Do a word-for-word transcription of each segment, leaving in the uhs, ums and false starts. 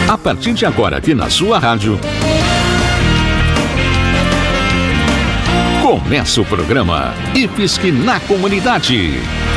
A partir de agora, aqui na sua rádio, começa o programa I F S C na Comunidade.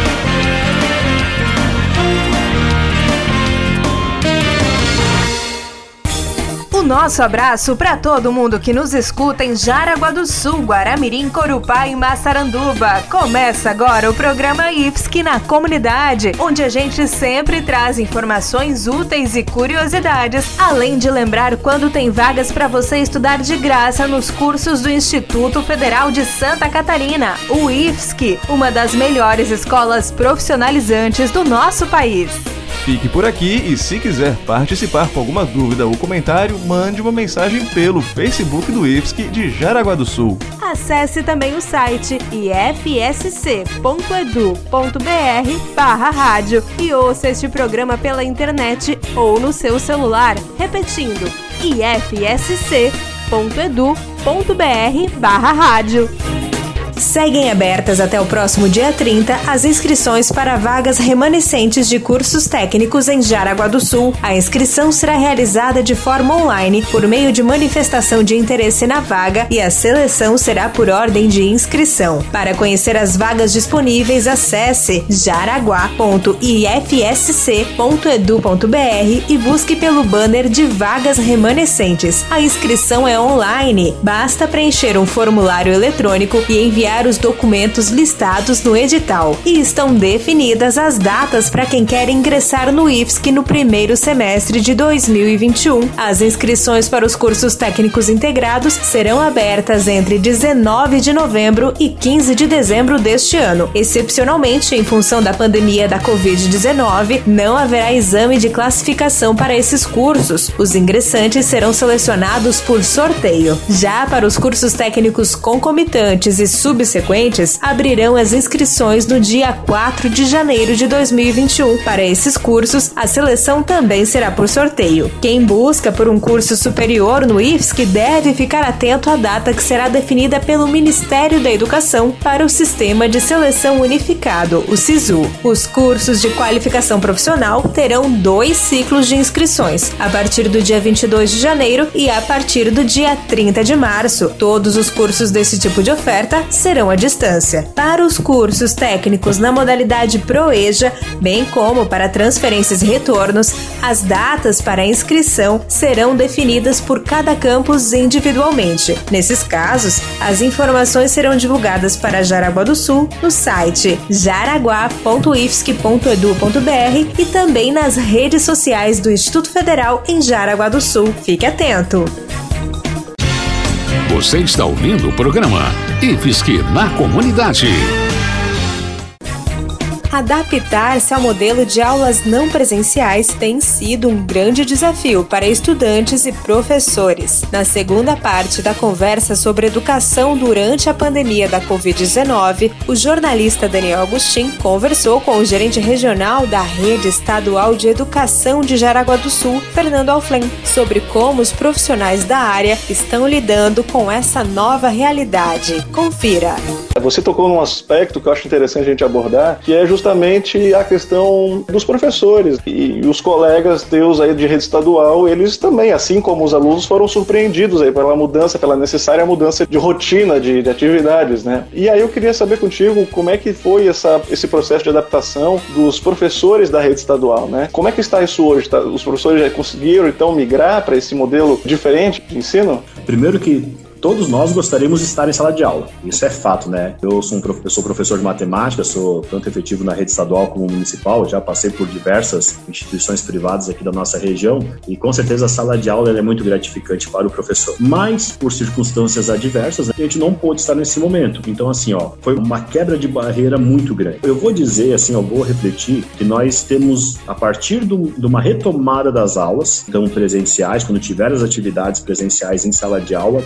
Nosso abraço para todo mundo que nos escuta em Jaraguá do Sul, Guaramirim, Corupá e Massaranduba. Começa agora o programa I F S C na Comunidade, onde a gente sempre traz informações úteis e curiosidades, além de lembrar quando tem vagas para você estudar de graça nos cursos do Instituto Federal de Santa Catarina, o I F S C, uma das melhores escolas profissionalizantes do nosso país. Fique por aqui e se quiser participar com alguma dúvida ou comentário, mande uma mensagem pelo Facebook do I F S C de Jaraguá do Sul. Acesse também o site i f s c ponto e d u ponto b r barra rádio e ouça este programa pela internet ou no seu celular, repetindo, i f s c ponto e d u ponto b r barra rádio. Seguem abertas até o próximo dia trinta as inscrições para vagas remanescentes de cursos técnicos em Jaraguá do Sul. A inscrição será realizada de forma online por meio de manifestação de interesse na vaga e a seleção será por ordem de inscrição. Para conhecer as vagas disponíveis, acesse jaraguá ponto i f s c ponto e d u ponto b r e busque pelo banner de vagas remanescentes. A inscrição é online, basta preencher um formulário eletrônico e enviar os documentos listados no edital. E estão definidas as datas para quem quer ingressar no I F S C no primeiro semestre de dois mil e vinte e um. As inscrições para os cursos técnicos integrados serão abertas entre dezenove de novembro e quinze de dezembro deste ano. Excepcionalmente, em função da pandemia da covid dezenove, não haverá exame de classificação para esses cursos. Os ingressantes serão selecionados por sorteio. Já para os cursos técnicos concomitantes e sub subsequentes abrirão as inscrições no dia quatro de janeiro de dois mil e vinte e um. Para esses cursos, a seleção também será por sorteio. Quem busca por um curso superior no I F S C deve ficar atento à data que será definida pelo Ministério da Educação para o Sistema de Seleção Unificado, o SISU. Os cursos de qualificação profissional terão dois ciclos de inscrições, a partir do dia vinte e dois de janeiro e a partir do dia trinta de março. Todos os cursos desse tipo de oferta serão à distância. Para os cursos técnicos na modalidade ProEja, bem como para transferências e retornos, as datas para a inscrição serão definidas por cada campus individualmente. Nesses casos, as informações serão divulgadas para Jaraguá do Sul no site jaraguá ponto i f s c ponto e d u ponto b r e também nas redes sociais do Instituto Federal em Jaraguá do Sul. Fique atento! Você está ouvindo o programa I F S C na Comunidade. Adaptar-se ao modelo de aulas não presenciais tem sido um grande desafio para estudantes e professores. Na segunda parte da conversa sobre educação durante a pandemia da covid dezenove, o jornalista Daniel Agostinho conversou com o gerente regional da Rede Estadual de Educação de Jaraguá do Sul, Fernando Alflen, sobre como os profissionais da área estão lidando com essa nova realidade. Confira! Você tocou num aspecto que eu acho interessante a gente abordar, que é justamente a questão dos professores e os colegas teus aí de rede estadual, eles também, assim como os alunos, foram surpreendidos aí pela mudança, pela necessária mudança de rotina de, de atividades, né? E aí eu queria saber contigo como é que foi essa, esse processo de adaptação dos professores da rede estadual, né? Como é que está isso hoje? Tá? Os professores já conseguiram, então, migrar para esse modelo diferente de ensino? Primeiro que todos nós gostaríamos de estar em sala de aula. Isso é fato, né? Eu sou, um prof... eu sou professor de matemática, sou tanto efetivo na rede estadual como municipal, já passei por diversas instituições privadas aqui da nossa região e com certeza a sala de aula é muito gratificante para o professor. Mas, por circunstâncias adversas, a gente não pôde estar nesse momento. Então, assim, ó, foi uma quebra de barreira muito grande. Eu vou dizer, assim, eu vou refletir que nós temos, a partir do, de uma retomada das aulas, então presenciais, quando tiver as atividades presenciais em sala de aula, a gente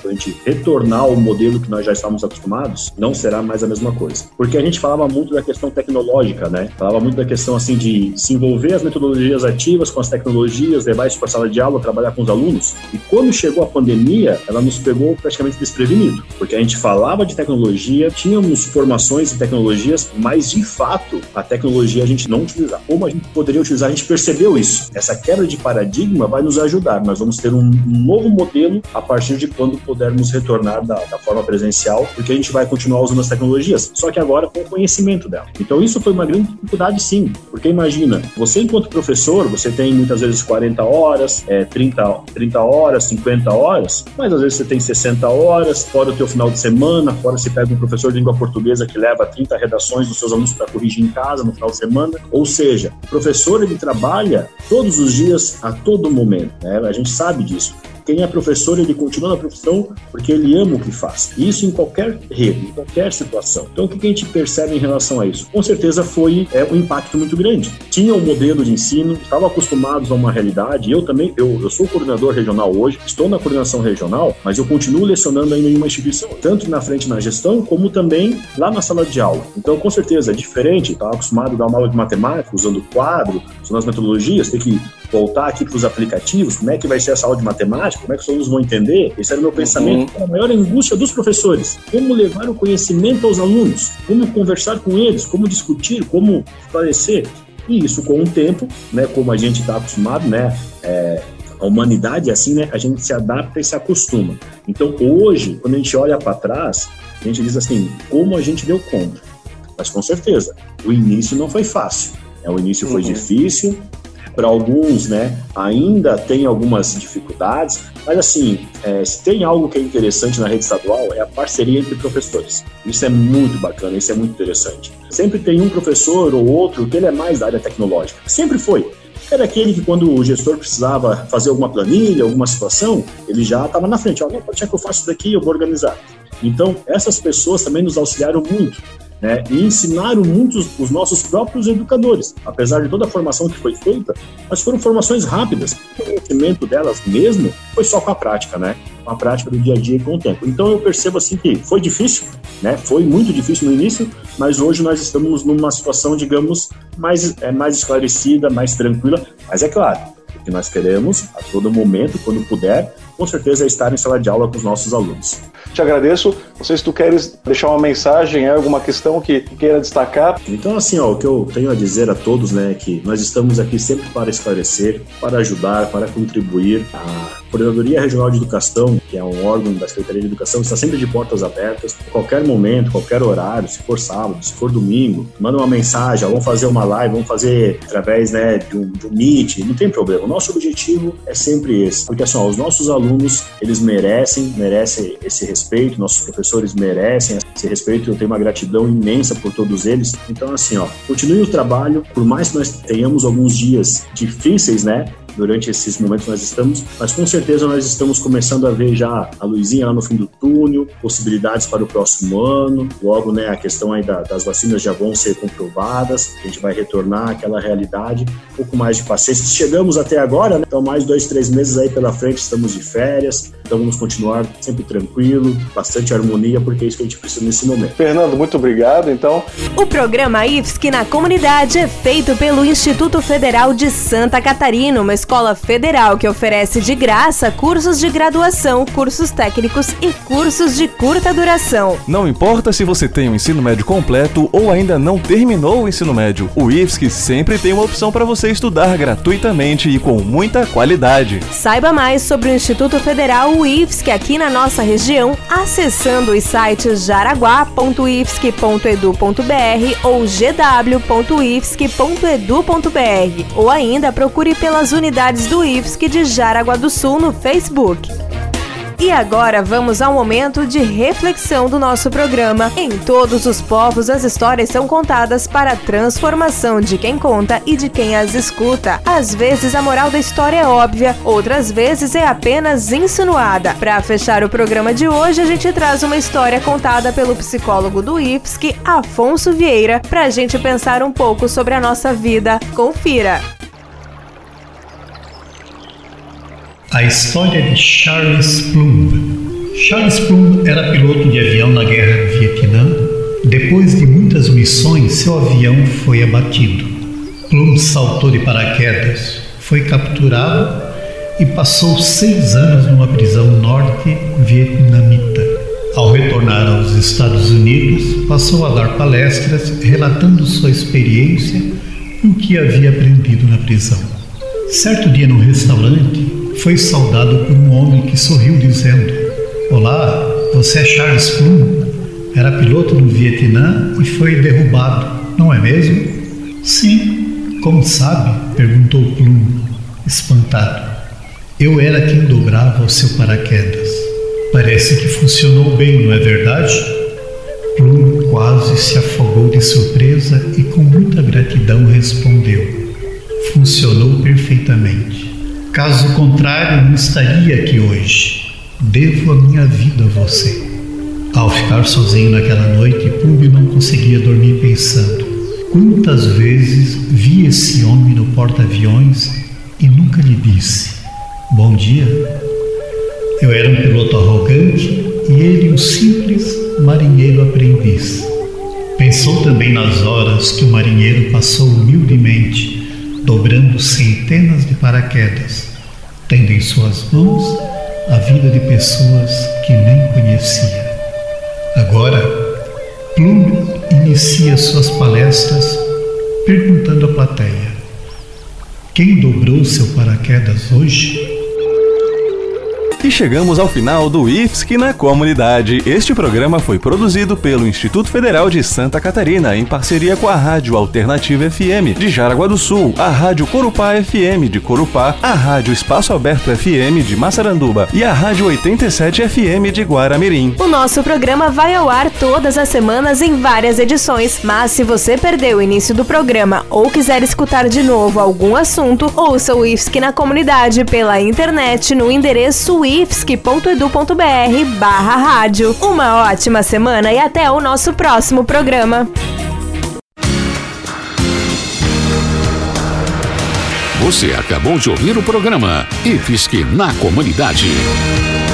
retornar ao modelo que nós já estávamos acostumados, não será mais a mesma coisa. Porque a gente falava muito da questão tecnológica, né? Falava muito da questão, assim, de se envolver as metodologias ativas com as tecnologias, levar isso para a sala de aula, trabalhar com os alunos. E quando chegou a pandemia, ela nos pegou praticamente desprevenido, porque a gente falava de tecnologia, tínhamos formações em tecnologias, mas, de fato, a tecnologia a gente não utilizava. Como a gente poderia utilizar, a gente percebeu isso. Essa quebra de paradigma vai nos ajudar. Nós vamos ter um novo modelo a partir de quando pudermos retornar da, da forma presencial, porque a gente vai continuar usando as tecnologias, só que agora com o conhecimento dela. Então isso foi uma grande dificuldade, sim, porque imagina, você enquanto professor, você tem muitas vezes quarenta horas, é, trinta, trinta horas, cinquenta horas, mas às vezes você tem sessenta horas, fora o teu final de semana, fora você pega um professor de língua portuguesa que leva trinta redações dos seus alunos para corrigir em casa no final de semana, ou seja, o professor ele trabalha todos os dias, a todo momento, né? A gente sabe disso. Quem é professor, ele continua na profissão porque ele ama o que faz. E isso em qualquer rede, em qualquer situação. Então, o que a gente percebe em relação a isso? Com certeza foi é, um impacto muito grande. Tinha um modelo de ensino, estavam acostumados a uma realidade. Eu também, eu, eu sou coordenador regional hoje, estou na coordenação regional, mas eu continuo lecionando ainda em uma instituição, tanto na frente na gestão, como também lá na sala de aula. Então, com certeza, é diferente. Estava acostumado a dar uma aula de matemática, usando quadro, usando as metodologias, ter que voltar aqui para os aplicativos, como é que vai ser essa aula de matemática, como é que os alunos vão entender. Esse era o meu pensamento. Uhum. A maior angústia dos professores, como levar o conhecimento aos alunos, como conversar com eles, como discutir, como esclarecer. E isso com o tempo, né, como a gente está acostumado, né, é, a humanidade é assim, né, a gente se adapta e se acostuma. Então hoje, quando a gente olha para trás, a gente diz assim, como a gente deu conta. Mas com certeza, o início não foi fácil. É, o início foi uhum. difícil. Para alguns, né, ainda tem algumas dificuldades, mas assim, é, se tem algo que é interessante na rede estadual é a parceria entre professores. Isso é muito bacana, isso é muito interessante. Sempre tem um professor ou outro que ele é mais da área tecnológica. Sempre foi. Era aquele que quando o gestor precisava fazer alguma planilha, alguma situação, ele já estava na frente. Ó, não, pode ser que eu faço isso daqui, eu vou organizar. Então, essas pessoas também nos auxiliaram muito. Né, e ensinaram muitos os nossos próprios educadores, apesar de toda a formação que foi feita, mas foram formações rápidas. O conhecimento delas mesmo foi só com a prática, né? Com a prática do dia a dia e com o tempo. Então eu percebo assim que foi difícil, né? Foi muito difícil no início, mas hoje nós estamos numa situação, digamos, mais, é, mais esclarecida, mais tranquila, mas é claro, o que nós queremos a todo momento, quando puder, com certeza é estar em sala de aula com os nossos alunos. Te agradeço. Não sei se tu queres deixar uma mensagem, alguma questão que queira destacar. Então, assim, ó, o que eu tenho a dizer a todos, né, é que nós estamos aqui sempre para esclarecer, para ajudar, para contribuir. A Coordenadoria Regional de Educação, que é um órgão da Secretaria de Educação, está sempre de portas abertas. A qualquer momento, qualquer horário, se for sábado, se for domingo, manda uma mensagem, ó, vamos fazer uma live, vamos fazer através, né, de um, de um Meet, não tem problema. O nosso objetivo é sempre esse, porque assim, ó, os nossos alunos, eles merecem, merecem esse respeito, nossos professores merecem esse respeito, eu tenho uma gratidão imensa por todos eles. Então, assim, ó, continue o trabalho, por mais que nós tenhamos alguns dias difíceis, né, durante esses momentos que nós estamos, mas com certeza nós estamos começando a ver já a luzinha lá no fim do túnel, possibilidades para o próximo ano, logo, né, a questão aí da, das vacinas já vão ser comprovadas, a gente vai retornar àquela realidade, um pouco mais de paciência. Chegamos até agora, né, então mais dois, três meses aí pela frente, estamos de férias, então vamos continuar sempre tranquilo, bastante harmonia, porque é isso que a gente precisa nesse momento. Fernando, muito obrigado, então. O programa I F S C na Comunidade é feito pelo Instituto Federal de Santa Catarina, uma escola federal que oferece de graça cursos de graduação, cursos técnicos e cursos de curta duração. Não importa se você tem o ensino médio completo ou ainda não terminou o ensino médio, o I F S C sempre tem uma opção para você estudar gratuitamente e com muita qualidade. Saiba mais sobre o Instituto Federal I F S C aqui na nossa região, acessando os sites jaraguá ponto i f s c ponto e d u ponto b r ou g w ponto i f s c ponto e d u ponto b r, ou ainda procure pelas unidades do I F S C de Jaraguá do Sul no Facebook. E agora vamos ao momento de reflexão do nosso programa. Em todos os povos, as histórias são contadas para a transformação de quem conta e de quem as escuta. Às vezes a moral da história é óbvia, outras vezes é apenas insinuada. Para fechar o programa de hoje, a gente traz uma história contada pelo psicólogo do I F S C, Afonso Vieira, para a gente pensar um pouco sobre a nossa vida. Confira! A história de Charles Plumb. Charles Plum era piloto de avião na Guerra do Vietnã. Depois de muitas missões, seu avião foi abatido. Plum saltou de paraquedas, foi capturado e passou seis anos numa prisão norte-vietnamita. Ao retornar aos Estados Unidos, passou a dar palestras relatando sua experiência e o que havia aprendido na prisão. Certo dia, num restaurante, foi saudado por um homem que sorriu dizendo: "Olá, você é Charles Plum? Era piloto no Vietnã e foi derrubado, não é mesmo?" "Sim, como sabe?" perguntou Plum, espantado. "Eu era quem dobrava o seu paraquedas. Parece que funcionou bem, não é verdade?" Plum quase se afogou de surpresa e com muita gratidão respondeu: "Funcionou perfeitamente. Caso contrário, não estaria aqui hoje. Devo a minha vida a você." Ao ficar sozinho naquela noite, Plum não conseguia dormir pensando: quantas vezes vi esse homem no porta-aviões e nunca lhe disse: "Bom dia." Eu era um piloto arrogante e ele um simples marinheiro aprendiz. Pensou também nas horas que o marinheiro passou humildemente, dobrando centenas de paraquedas, tendo em suas mãos a vida de pessoas que nem conhecia. Agora, Plum inicia suas palestras perguntando à plateia: quem dobrou seu paraquedas hoje? E chegamos ao final do I F S C na Comunidade. Este programa foi produzido pelo Instituto Federal de Santa Catarina, em parceria com a Rádio Alternativa F M de Jaraguá do Sul, a Rádio Corupá F M de Corupá, a Rádio Espaço Aberto F M de Massaranduba e a Rádio oitenta e sete F M de Guaramirim. O nosso programa vai ao ar todas as semanas em várias edições, mas se você perdeu o início do programa ou quiser escutar de novo algum assunto, ouça o I F S C na Comunidade pela internet no endereço i f s c ponto edu ponto b r barra rádio. Uma ótima semana e até o nosso próximo programa. Você acabou de ouvir o programa I F S C na Comunidade.